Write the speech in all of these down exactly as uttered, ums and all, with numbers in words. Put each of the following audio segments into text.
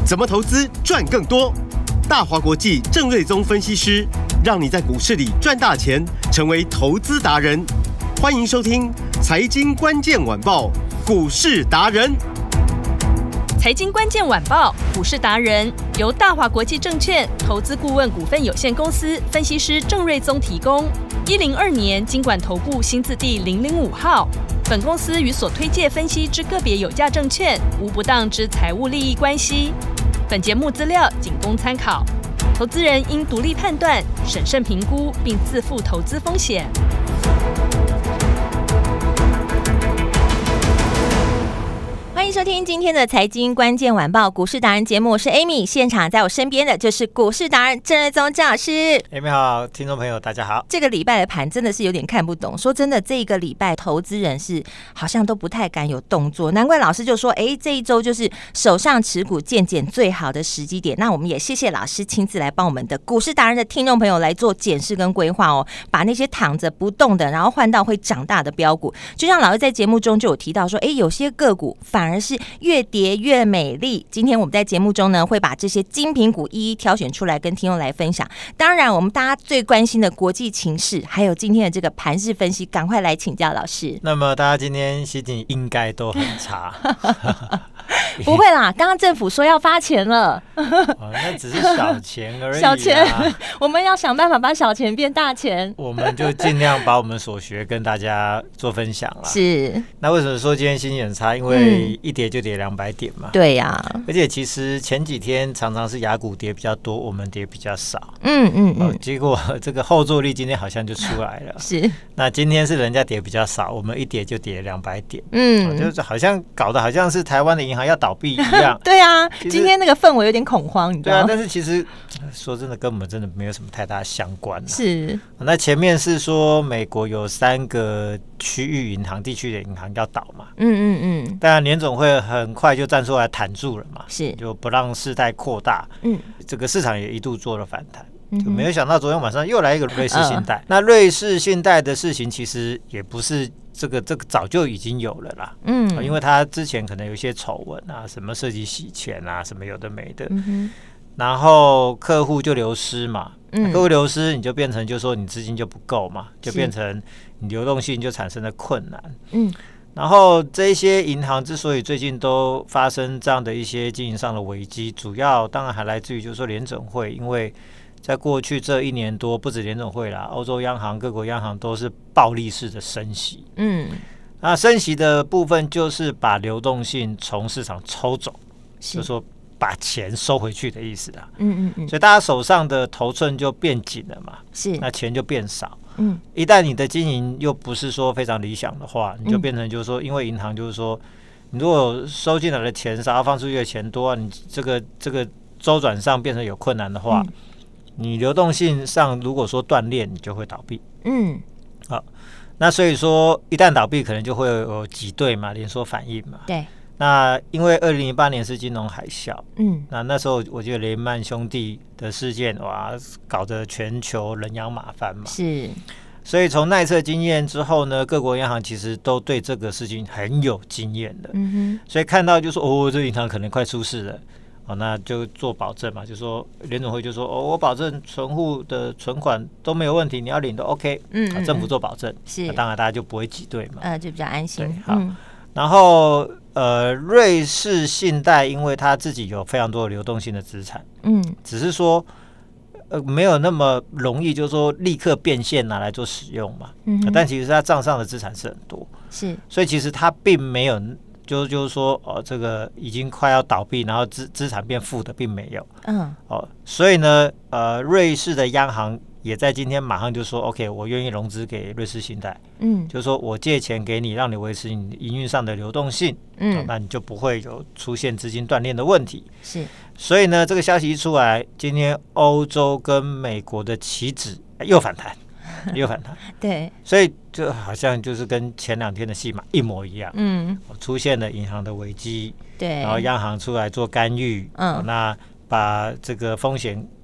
怎么投资赚更多？大华国际郑瑞宗分析师让你在股市里赚大钱，成为投资达人。欢迎收听《财经关键晚报》股市达人。 财经关键晚报股市达人由大华国际证券投资顾问股份有限公司分析师郑瑞宗提供。一零二年金管投顾新字第零零五号。本公司与所推介分析之个别有价证券无不当之财务利益关系。本节目资料仅供参考，投资人应独立判断、审慎评估，并自负投资风险。 欢迎收听今天的财经关键晚报股市达人节目，我是 Amy， 现场在我身边的就是股市达人郑瑞宗郑老师。 Amy 好，听众朋友大家好。 这个礼拜的盘真的是有点看不懂，说真的，这个礼拜投资人是好像都不太敢有动作，难怪老师就说哎，这一周就是手上持股渐渐最好的时机点。那我们也谢谢老师亲自来帮我们的股市达人的听众朋友来做检视跟规划哦，把那些躺着不动的然后换到会长大的标股。就像老师在节目中就有提到说，哎，有些个股反而而是越跌越美丽。今天我们在节目中呢，会把这些精品股一一挑选出来跟听众来分享。当然我们大家最关心的国际情势，还有今天的这个盘势分析，赶快来请教老师。 那么大家今天心情应该都很差不会啦，刚刚政府说要发钱了哦，那只是小钱而已啦。 小钱我们要想办法把小钱变大钱， 我们就尽量把我们所学跟大家做分享啦。 是， 那为什么说今天心情很差？因为一跌就跌两百点嘛。 对呀、啊， 而且其实前几天常常是亚股跌比较多，我们跌比较少。 嗯嗯嗯、哦， 结果这个后坐力今天好像就出来了。 是， 那今天是人家跌比较少，我们一跌就跌两百点。 嗯、 哦，就是好像搞得好像是台湾的银行要倒闭一样。 对啊，今天那个氛围有点恐慌，你知道吗？ 对啊，但是其实说真的，跟我们真的没有什么太大相关、啊。 是， 那前面是说美国有三个区域银行、地区的银行要倒嘛。嗯嗯嗯。当然，联总会很快就站出来袒住了嘛， 是， 就不让事态扩大。嗯，这个市场也一度做了反弹。就没有想到昨天晚上又来一个瑞士信贷、嗯、那瑞士信贷的事情其实也不是这个这个早就已经有了啦，嗯，因为他之前可能有一些丑闻啊，什么涉及洗钱啊，什么有的没的，嗯、然后客户就流失嘛，嗯、客户流失你就变成就说你资金就不够嘛，就变成你流动性就产生了困难，嗯。然后这些银行之所以最近都发生这样的一些经营上的危机，主要当然还来自于就是说联准会，因为在过去这一年多，不止联总会啦，欧洲央行、各国央行都是暴力式的升息。嗯，那升息的部分就是把流动性从市场抽走，就是说把钱收回去的意思啦。嗯嗯嗯。所以大家手上的头寸就变紧了嘛，是，那钱就变少。嗯，一旦你的经营又不是说非常理想的话，你就变成就是说，因为银行就是说，你如果收进来的钱少，放出去的钱多，你这个这个周转上变成有困难的话。嗯，你流动性上如果说断裂，你就会倒闭。嗯，好，那所以说一旦倒闭，可能就会有挤兑嘛，连锁反应嘛。对。那因为二零零八年是金融海啸，嗯，那那时候我觉得雷曼兄弟的事件，哇，搞得全球人仰马翻嘛。是。所以从那一次经验之后呢，各国央行其实都对这个事情很有经验的。嗯哼。所以看到就说，哦，这银行可能快出事了。哦，那就做保证嘛，就说联总会就说，哦，我保证存户的存款都没有问题，你要领都 OK， 嗯, 嗯, 嗯，政府做保证，是，那当然大家就不会挤兑嘛，呃，就比较安心。对，好，嗯、然后呃，瑞士信贷因为它自己有非常多的流动性的资产，嗯，只是说呃没有那么容易，就是说立刻变现拿来做使用嘛，嗯、但其实它账上的资产是很多，是，所以其实它并没有。就就是说，哦，这个已经快要倒闭，然后资资产变负的，并没有。嗯，哦，所以呢，呃，瑞士的央行也在今天马上就说 ，OK， 我愿意融资给瑞士信贷。嗯，就是说我借钱给你，让你维持你营运上的流动性。嗯、哦，那你就不会有出现资金断裂的问题。是，所以呢，这个消息一出来，今天欧洲跟美国的期指又反弹。又反弹，对，所以就好像就是跟前两天的戏码一模一样，嗯，出现了银行的危机，对，然后央行出来做干预，嗯，那把这个风险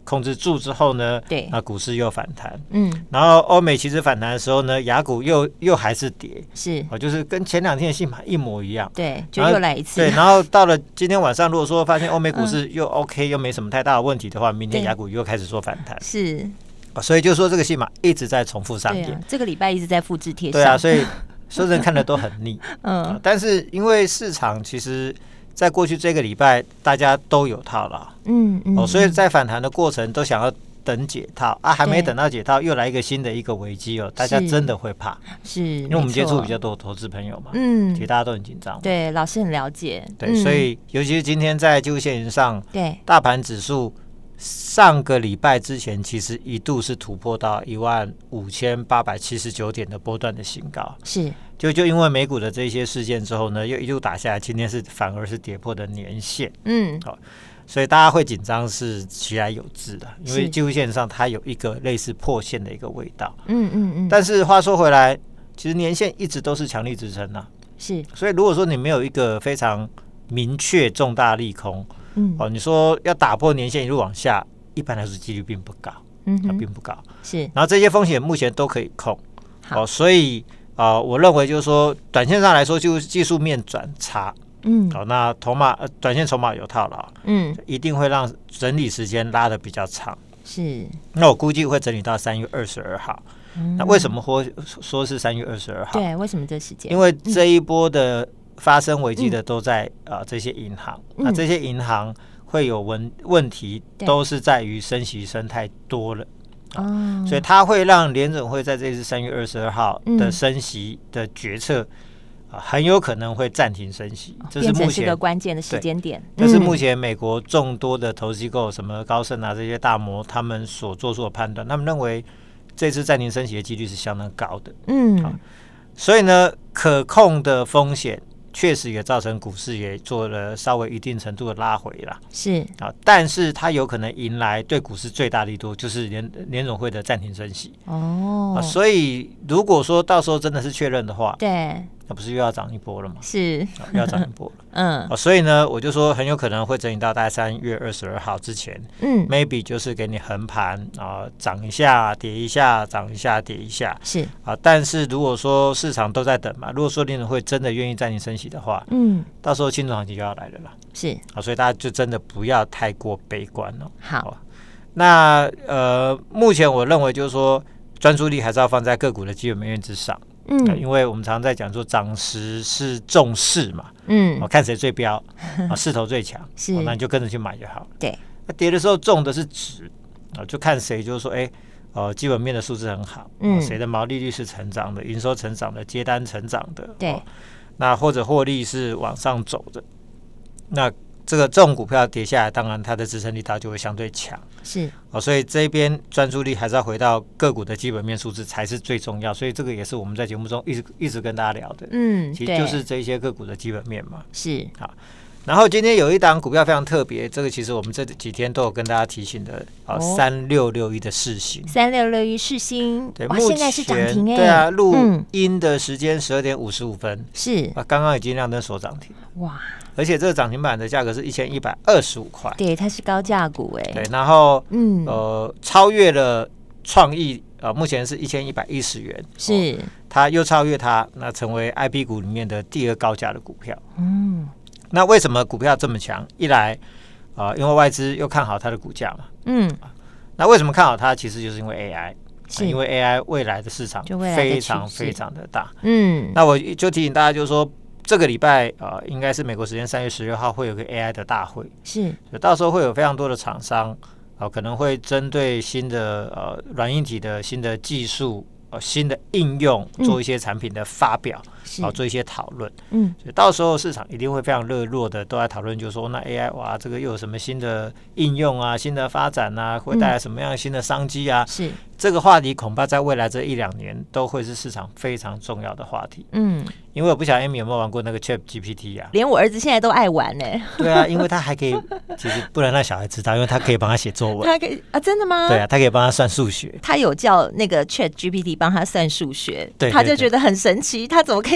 控制住之后呢， 对， 那股市又反弹， 嗯， 然后欧美其实反弹的时候呢，亚股又又还是跌， 是， 哦，就是跟前两天的戏码一模一样， 对，就又来一次， 对，然后到了今天晚上，如果说发现欧美股市又 OK，、嗯、又没什么太大的问题的话，明天亚股又开始做反弹， 是， 哦，所以就说这个戏码一直在重复上演， 啊、这个礼拜一直在复制贴上， 对啊，所以所有人看的都很腻， 嗯、 呃，但是因为市场其实。在过去这个礼拜，大家都有套牢， 嗯嗯， 哦，所以在反弹的过程都想要等解套啊，还没等到解套，又来一个新的一个危机哦，大家真的会怕， 是， 因为我们接触比较多投资朋友嘛， 嗯， 其实大家都很紧张， 对，老师很了解， 对，嗯、所以尤其是今天在技术线型上， 对， 大盘指数上个礼拜之前其实一度是突破到一万五千八百七十九点的波段的新高， 是。 就就因为美股的这些事件之后呢，又一路打下来，今天是反而是跌破的年线， 嗯， 好、哦，所以大家会紧张是其来有自的，因为技术线上它有一个类似破线的一个味道， 嗯嗯嗯。 但是话说回来，其实年线一直都是强力支撑啊， 是， 所以如果说你没有一个非常明确重大利空， 嗯， 哦，你说要打破年线一路往下，一般来说几率并不高， 嗯哼， 并不高， 是。 然后这些风险目前都可以控，好、哦，所以。啊、呃，我认为就是说，短线上来说，就技术面转差，嗯，好、哦，那筹码、呃，短线筹码有套牢，嗯，一定会让整理时间拉得比较长， 是。 那我估计会整理到三月二十二号。嗯、那为什么说说是三月二十二号？ 对，为什么这时间？ 因为这一波的发生危机的都在、嗯、呃这些银行，嗯、那这些银行会有问问题，都是在于升息升太多了。哦，所以它会让联准会在这次三月二十二号的升息的决策，嗯呃、很有可能会暂停升息，这是目前变成是个关键的时间点。 这是目前美国众多的投资机构，什么高盛啊这些大摩，他们所做出的判断，他们认为这次暂停升息的几率是相当高的。嗯，好，所以呢，可控的风险。确实也造成股市也做了稍微一定程度的拉回啦， 是啊，但是它有可能迎来对股市最大力度，就是联联总会的暂停升息哦、啊，所以如果说到时候真的是确认的话， 对， 那不是又要涨一波了吗？ 是， 啊、又要涨一波了，嗯、啊，所以呢，我就说很有可能会整理到大概三月二十二号之前，嗯 ，maybe 就是给你横盘啊，涨一下跌一下，涨一下跌一下， 是啊，但是如果说市场都在等嘛，如果说联总会真的愿意暂停升息的话，嗯，到时候轻重行情就要来了啦， 是啊，所以大家就真的不要太过悲观了。 好， 哦、那呃，目前我认为就是说，专注力还是要放在个股的基本面之上，嗯、呃，因为我们常常在讲说涨时是重势嘛，嗯，哦、看谁最标啊，势头最强，是、哦，那你就跟着去买就好了。 对， 那跌的时候重的是值啊，就看谁就是说，哎。呃，基本面的数字很好，嗯，谁、呃、的毛利率是成长的，营收成长的，接单成长的， 对、 哦，那或者获利是往上走的，那这个这种股票跌下来，当然它的支撑力它就会相对强， 是， 哦，所以这边专注力还是要回到个股的基本面数字才是最重要，所以这个也是我们在节目中一直一直跟大家聊的，嗯，其实就是这些个股的基本面嘛， 是， 好。然后今天有一档股票非常特别，这个其实我们这几天都有跟大家提醒的，啊，三六六一的世芯， 三六六一世芯， 对， 哇，现在是涨停哎， 对啊，录音的时间十二点五十五分， 是啊，刚刚已经亮灯所涨停， 哇， 而且这个涨停板的价格是一千一百二十五块， 对，它是高价股哎， 对，然后嗯呃超越了创意，呃，目前是一千一百一十元， 是、哦， 它又超越它，那成为 I P 股里面的第二高价的股票，嗯。那为什么股票这么强？一来，啊、呃，因为外资又看好它的股价嘛。嗯。那为什么看好它？其实就是因为 A I， 是、呃、因为 A I 未来的市场非常非常的大。嗯。那我就提醒大家，就是说这个礼拜啊、呃，应该是美国时间三月十六号会有个 A I 的大会。 是。 到时候会有非常多的厂商啊、呃，可能会针对新的呃软硬体的新的技术。呃，新的应用做一些产品的发表，好、嗯、做一些讨论，嗯，所以到时候市场一定会非常热络的，都在讨论，就是说那 A I 哇，这个又有什么新的应用啊，新的发展啊，会带来什么样新的商机啊？是、嗯、这个话题恐怕在未来这一两年都会是市场非常重要的话题，嗯，因为我不晓得 Amy 有没有玩过那个 Chat G P T 啊？ 连我儿子现在都爱玩呢、欸。 对啊，因为他还可以，其实不能让小孩知道，因为他可以帮他写作文， 他可以啊，真的吗？ 对啊，他可以帮他算数学， 他有叫那个 Chat G P T。帮他算数学， 对， 他就觉得很神奇，他怎么可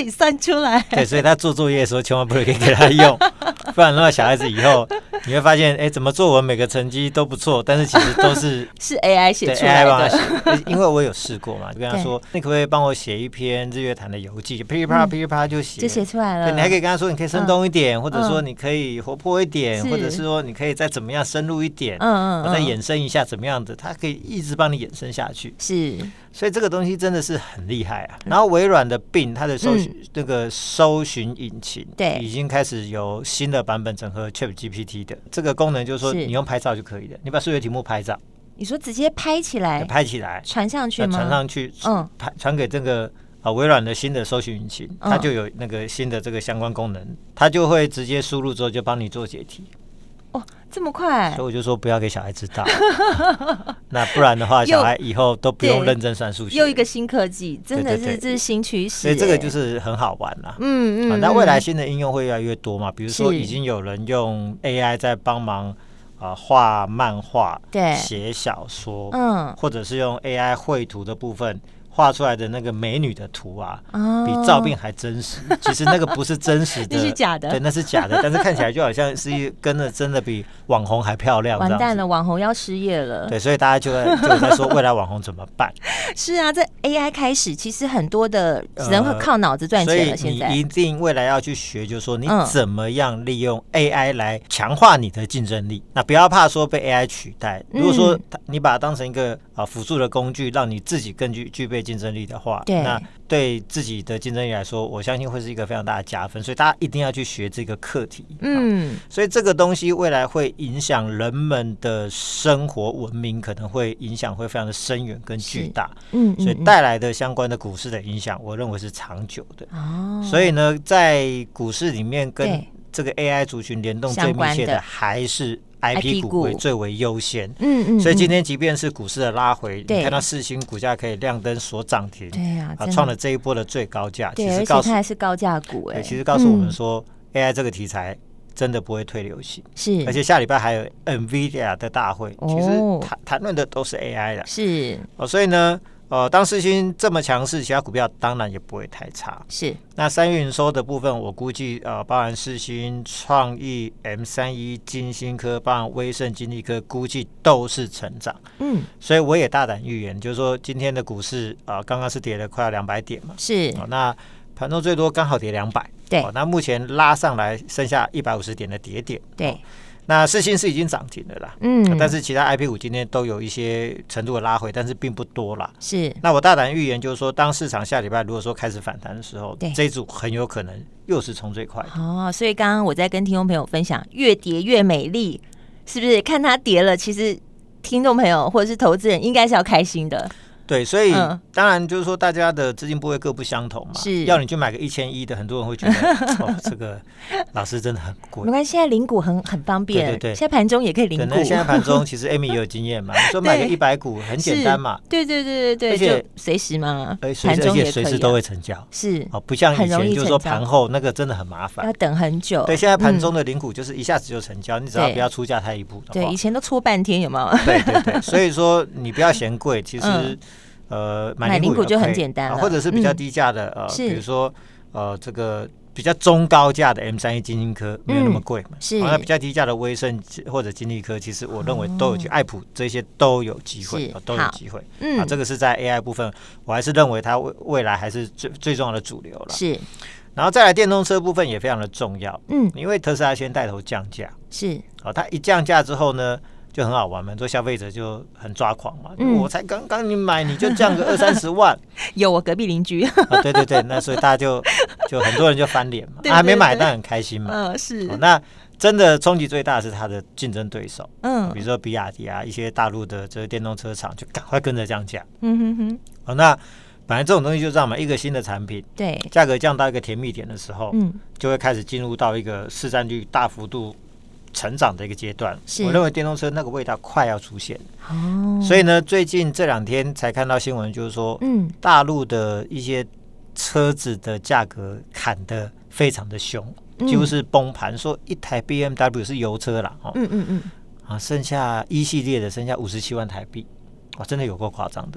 以算出来。 对，所以他做作业的时候千万不能给他用，不然的话小孩子以后你会发现，哎，怎么作文每个成绩都不错，但是其实都是是 A I 写出来的。 A I 帮他写，因为我有试过嘛，就跟他说，你可不可以帮我写一篇日月潭的游记，噼里啪啦噼里啪啦就写， 就写出来了。 对，你还可以跟他说，你可以生动一点，嗯、或者说你可以活泼一点，或者是说你可以再怎么样深入一点，嗯嗯，我再衍生一下怎么样的，他可以一直帮你衍生下去。 是， 所以这个东西真的是很厉害啊。然后微软的 Bing 它的搜寻、嗯、那个搜寻引擎，对，已经开始有新的版本整合 ChatGPT 的这个功能，就是说你用拍照就可以了，你把数学题目拍照， 你说直接拍起来， 拍起来传上去吗？ 传上去，嗯，传给这个。啊，微软的新的搜寻引擎，它就有那个新的这个相关功能，它就会直接输入之后就帮你做解题。 哦，这么快！ 所以我就说不要给小孩知道，那不然的话，小孩以后都不用认真算数学。 又一个新科技，真的是对对对，这是新趋势。 所以这个就是很好玩啦。嗯嗯、啊。那未来新的应用会越来越多嘛？比如说，已经有人用 A I 在帮忙。啊，画漫画、写小说，嗯，或者是用 A I 绘图的部分画出来的那个美女的图啊，哦、比照片还真实。其实那个不是真实的， 那是假的， 对，那是假的，但是看起来就好像是一跟的真的比网红还漂亮。 完蛋了，网红要失业了。 对，所以大家就在就在说未来网红怎么办？ 是啊，在 A I 开始，其实很多的人会靠脑子赚钱了。现在、 呃、你一定未来要去学，就是说你怎么样利用 A I 来强化你的竞争力。嗯、那不要怕说被 A I 取代。如果说你把它当成一个啊辅助的工具，让你自己更具具备竞争力的话，对，那对自己的竞争力来说，我相信会是一个非常大的加分。所以大家一定要去学这个课题。嗯，所以这个东西未来会影响人们的生活文明，可能会影响会非常的深远跟巨大。嗯，所以带来的相关的股市的影响，我认为是长久的。哦，所以呢，在股市里面跟这个 A I 族群联动最密切的还是 I P 股为最为优先。嗯嗯，所以今天即便是股市的拉回，你看到世芯股价可以亮灯所涨停，对啊，创了这一波的最高价。 对，而且它还是高价股哎。 对，其实告诉我们说、嗯、A I 这个题材真的不会退流行，是，而且下礼拜还有 NVIDIA 的大会，哦、其实谈谈论的都是 A I 的，是哦，所以呢，呃，当世芯这么强势，其他股票当然也不会太差，是。那三月营收的部分，我估计呃，包含世芯、创意、M 三一、金星科，包含威盛、金利科，估计都是成长，嗯，所以我也大胆预言，就是说今天的股市啊、呃，刚刚是跌了快要两百点嘛，是，哦、那盘中最多刚好跌两百。对、哦，那目前拉上来剩下一百五十点的跌点，对，哦、那世芯是已经涨停了啦，嗯，但是其他 I P 股今天都有一些程度的拉回，但是并不多啦。是，那我大胆预言就是说，当市场下礼拜如果说开始反弹的时候，这一组很有可能又是冲最快的。 哦，所以刚刚我在跟听众朋友分享，越跌越美丽，是不是？看它跌了，其实听众朋友或者是投资人应该是要开心的。 对，所以、嗯、当然就是说，大家的资金部位各不相同嘛。是，要你去买个一千一的，很多人会觉得哦，这个老师真的很贵。 没关系，现在领股很很方便。对对对，现在盘中也可以领股。 可能现在盘中其实 Amy 也有经验嘛，你说买个一百股很简单嘛。 对对对对对，而且随时嘛， 盘中也随时都会成交。是哦，不像以前就是说盘后那个真的很麻烦， 要等很久。 对，现在盘中的领股就是一下子就成交，你只要不要出价太一步的话。 对，以前都搓半天，有没有？ 对对对，所以说你不要嫌贵，其实。嗯呃， 买零股就很简单了， 或者是比较低价的，嗯、呃，比如说呃，这个比较中高价的 M 三一 金星科没有那么贵嘛，嗯、是，那比较低价的威盛或者金利科，其实我认为都有机会，爱普这些都有机会，都有机会。嗯，啊，这个是在 A I 部分，我还是认为它未未来还是最最重要的主流了。是，然后再来电动车部分也非常的重要，嗯，因为特斯拉先带头降价，是，哦，它一降价之后呢。就很好玩嘛，做消费者就很抓狂嘛。嗯、我才刚刚你买，你就降个二三十万， 有我隔壁邻居、 哦。对对对，那所以大家就就很多人就翻脸嘛，对对对啊、还没买但很开心嘛。嗯、呃，是、哦。那真的冲击最大的是它的竞争对手，嗯，比如说比亚迪啊，一些大陆的这个电动车厂就赶快跟着降价。嗯哼哼。哦，那本来这种东西就这样嘛，一个新的产品，对，价格降到一个甜蜜点的时候，嗯，就会开始进入到一个市占率大幅度成长的一个阶段，我认为电动车那个味道快要出现哦，所以呢，最近这两天才看到新闻，就是说，嗯，大陆的一些车子的价格砍得非常的凶，嗯、几乎是崩盘，说一台 B M W 是油车啦，哦，嗯嗯嗯，啊，剩下一系列的剩下五十七万台币，哇，真的有够夸张的。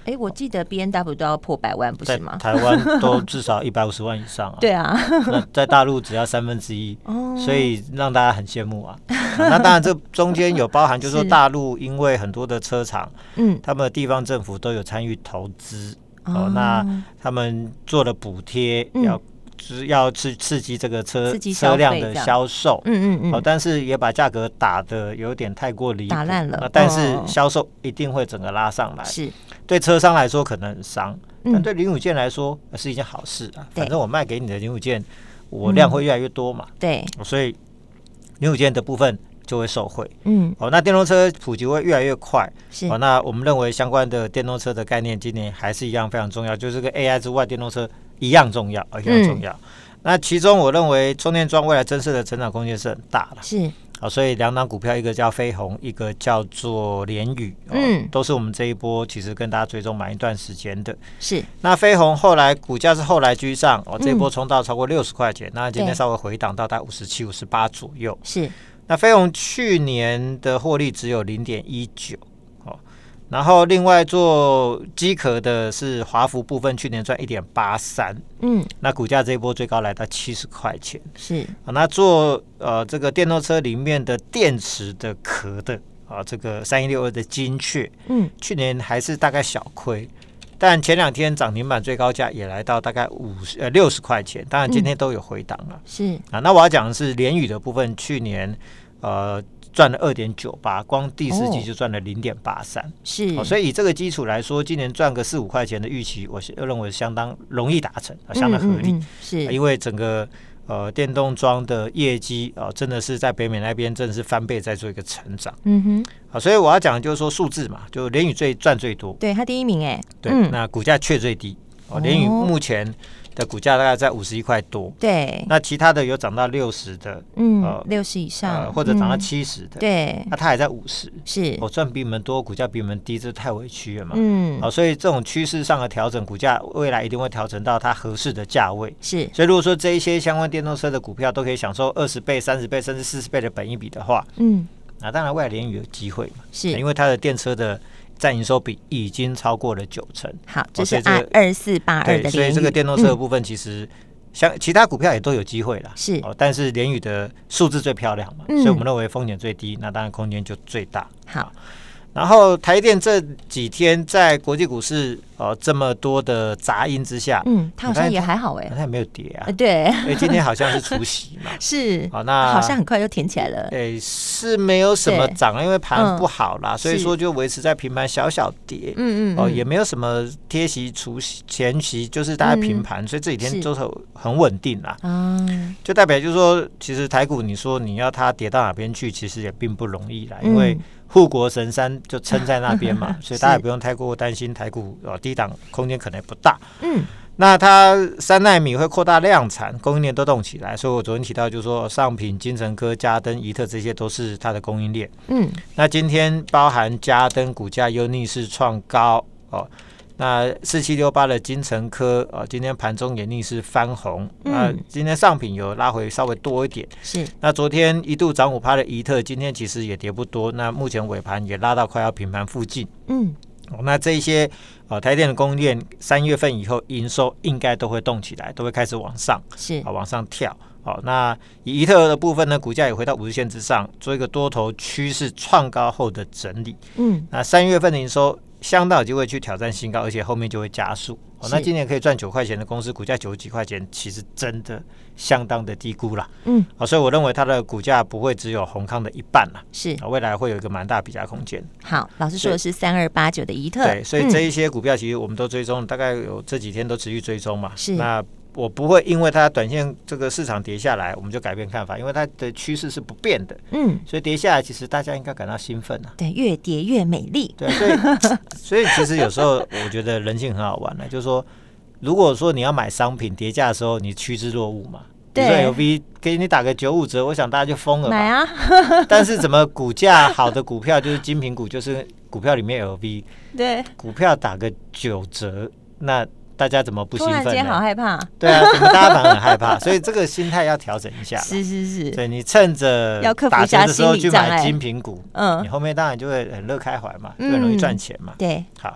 哎，我记得 B N W 都要破百万，不是吗？ 台湾都至少一百五十万以上啊。 对啊， 那在大陆只要三分之一，所以让大家很羡慕啊。那当然，这中间有包含，就是说大陆因为很多的车厂，嗯，他们的地方政府都有参与投资，哦，那他们做了补贴，要。要刺刺激这个车车辆的销售，嗯嗯嗯，哦，但是也把价格打得有点太过离谱， 打烂了， 但是销售一定会整个拉上来， 是对车商来说可能很伤，但对零组件来说是一件好事啊。反正我卖给你的零组件，我量会越来越多嘛， 对， 所以零组件的部分就会受惠，嗯，哦，那电动车普及会越来越快，是，哦，那我们认为相关的电动车的概念今年还是一样非常重要，就是跟 A I 之外，电动车一样重要，一样重要。嗯，那其中我认为充电桩未来真实的成长空间是很大的， 是， 好，所以两档股票，一个叫飞鸿，一个叫做联宇，嗯，都是我们这一波其实跟大家追踪蛮一段时间的。 是， 那飞鸿后来股价是后来居上，哦，这一波冲到超过六十块钱，那今天稍微回档到大概五十七、五十八左右。 是， 那飞鸿去年的获利只有零点一九。然后另外做机壳的是华孚部分，去年赚一点八三，嗯，那股价这一波最高来到七十块钱， 是啊。那做呃这个电动车里面的电池的壳的啊，这个三一六二的精确，嗯，去年还是大概小亏，但前两天涨停板最高价也来到大概五十呃六十块钱，当然今天都有回档了，嗯， 是啊。那我要讲的是联宇的部分，去年呃。赚了 二点九八， 光第四季就赚了 零点八三，哦， 是， 哦，所以以这个基础来说，今年赚个四五块钱的预期，我认为相当容易达成，相当合理，嗯嗯嗯，是，因为整个呃电动桩的业绩啊，呃，真的是在北美那边真的是翻倍在做一个成长，嗯哼，好，所以我要讲的就是说数字嘛，就联宇最赚最多， 对，他第一名哎， 对，嗯，那股价却最低，哦，联宇目前的股价大概在五十一块多， 对， 那其他的有涨到六十的， 嗯，六、呃、十以上， 呃，或者涨到七十的， 嗯，对， 那它还在五十， 是， 我，哦，赚比你们多，股价比你们低，这太委屈了嘛，嗯，好，哦，所以这种趋势上的调整，股价未来一定会调整到它合适的价位， 是， 所以如果说这一些相关电动车的股票都可以享受二十倍、三十倍甚至四十倍的本益比的话，嗯，那当然未来联宇有机会嘛，是，因为它的电车的占营收比已经超过了九成， 好，这是按二四八二的联宇， 所以这个电动车的部分其实。嗯，像其他股票也都有机会啦， 是， 哦，但是联宇的数字最漂亮嘛，嗯，所以我们认为风险最低，那当然空间就最大。 好， 然后台电这几天在国际股市呃这么多的杂音之下， 嗯，它好像也还好哎， 它也没有跌啊， 呃、对， 因为今天好像是除息嘛， 是， 好，那好像很快就填起来了， 哎，是没有什么涨，因为盘不好啦，嗯，所以说就维持在平盘小小跌，嗯嗯，哦，也没有什么贴息除息前息，就是大概平盘，嗯，所以这几天都是很稳定啦，嗯，就代表就是说，其实台股你说你要它跌到哪边去，其实也并不容易啦，因为护国神山就撑在那边嘛，所以大家也不用太过担心台股呃低档空间可能也不大。嗯，那它三奈米会扩大量产，供应链都动起来，所以我昨天提到就是说上品、精成科、嘉登、怡特这些都是它的供应链。嗯，那今天包含嘉登股价又逆势创高哦。那四七六八的精成科啊，今天盘中也逆势翻红，嗯，啊，今天上品有拉回稍微多一点， 是。 那昨天一度涨五趴的怡特，今天其实也跌不多，那目前尾盘也拉到快要平盘附近，嗯，哦，那这一些啊台电的供应链，三月份以后营收应该都会动起来，都会开始往上， 是啊， 往上跳。好，那以怡特的部分呢，股价也回到五日线之上，做一个多头趋势创高后的整理，嗯，那三月份的营收相当有机会去挑战新高，而且后面就会加速。哦，那今年可以赚九块钱的公司，股价九十几块钱，其实真的相当的低估啦。嗯，好，所以我认为它的股价不会只有宏康的一半啦， 是， 未来会有一个蛮大比价空间。 好，老师说的是三二八九的怡特， 对，所以这一些股票其实我们都追踪，嗯，大概有这几天都持续追踪嘛。 是， 那我不会因为它短线这个市场跌下来，我们就改变看法，因为它的趋势是不变的。嗯，所以跌下来，其实大家应该感到兴奋啊。 对，越跌越美丽。 对，所以所以其实有时候我觉得人性很好玩的，就是说，如果说你要买商品跌价的时候，你趋之若鹜嘛。比如说 L V 给你打个九五折，我想大家就疯了吧。 买啊！ 但是怎么股价好的股票就是精品股，就是股票里面 L V， 对，股票打个九折，那大家怎么不兴奋呢？ 突然间好害怕。 对啊，怎么大家反而很害怕？所以这个心态要调整一下。 是是是。 对，你趁着打折的时候去买精品股，嗯，你后面当然就会很乐开怀嘛，就很容易赚钱嘛。 对， 好。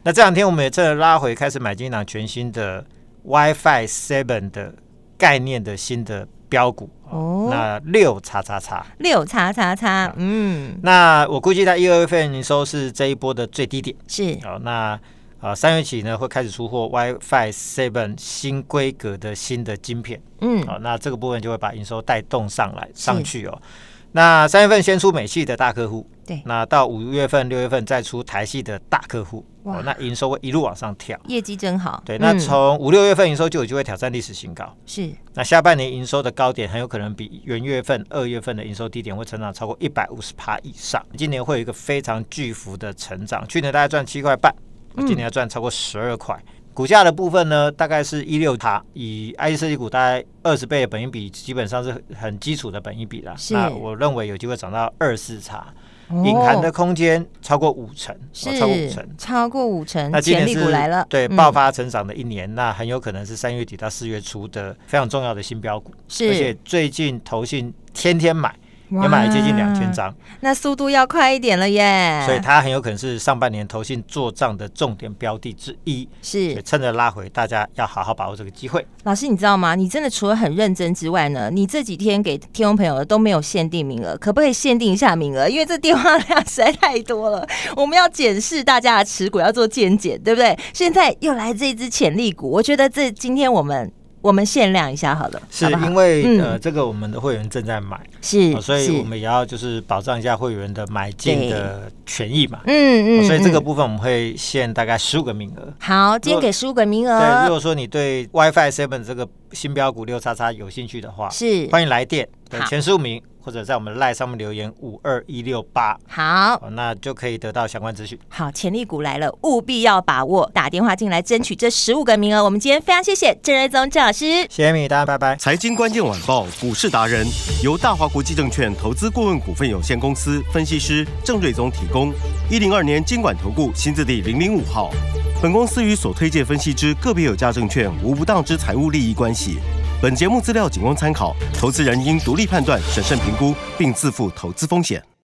那这两天我们也趁着拉回，开始买进一档全新的 WiFi 七 的概念的新的标股。哦，那六叉叉叉， 六叉叉叉，嗯， 那我估计它一二月份营收是这一波的最低点， 是。 好，那呃三月起呢会开始出货 WiFi 七 新规格的新的晶片，嗯，好，那这个部分就会把营收带动上来上去哦。那三月份先出美系的大客户， 对， 那到五月份、六月份再出台系的大客户，哦，那营收会一路往上跳， 业绩真好。 对，那从五六月份营收就有机会挑战历史新高， 是。 那下半年营收的高点很有可能比元月份、二月份的营收低点会成长超过一百五十趴以上。今年会有一个非常巨幅的成长，去年大概赚七块半，今年要赚超过十二块。股价的部分呢，大概是一六趴，以 I C 设计股大概二十倍的本益比，基本上是很基础的本益比啦。那我认为有机会涨到二四叉，隐含的空间超过五成， 是、 哦、超过五成， 超过五成。 那今年是潜力股来了， 对，爆发成长的一年，嗯、那很有可能是三月底到四月初的非常重要的新标股， 是。 而且最近投信天天买。也买了接近两千张， 那速度要快一点了耶！ 所以它很有可能是上半年投信做账的重点标的之一。 是， 趁着拉回，大家要好好把握这个机会。 老师，你知道吗？你真的除了很认真之外呢，你这几天给听众朋友都没有限定名额，可不可以限定一下名额？因为这电话量实在太多了，我们要检视大家的持股，要做健检，对不对？现在又来这一支潜力股，我觉得这今天我们。我们限量一下好了， 是好好因为、嗯、呃，这个我们的会员正在买， 是、 哦，所以我们也要就是保障一下会员的买进的权益嘛， 嗯嗯、哦， 所以这个部分我们会限大概十五个名额。 好，今天给十五个名额。 对，如果说你对 WiFi 七 这个新标股六叉叉有兴趣的话， 是欢迎来电，对，前十五名。或者在我们的 LINE 上面留言五二一六八， 好， 那就可以得到相关资讯。 好，潜力股来了，务必要把握，打电话进来争取这十五个名额。我们今天非常谢谢郑瑞宗郑老师， 谢谢你，大家拜拜。 财经关键晚报股市达人由大华国际证券投资顾问股份有限公司分析师郑瑞宗提供。一零二年金管投顾新字第零零五号。本公司与所推介分析之个别有价证券无不当之财务利益关系。本节目资料仅供参考，投资人应独立判断、审慎评估，并自负投资风险。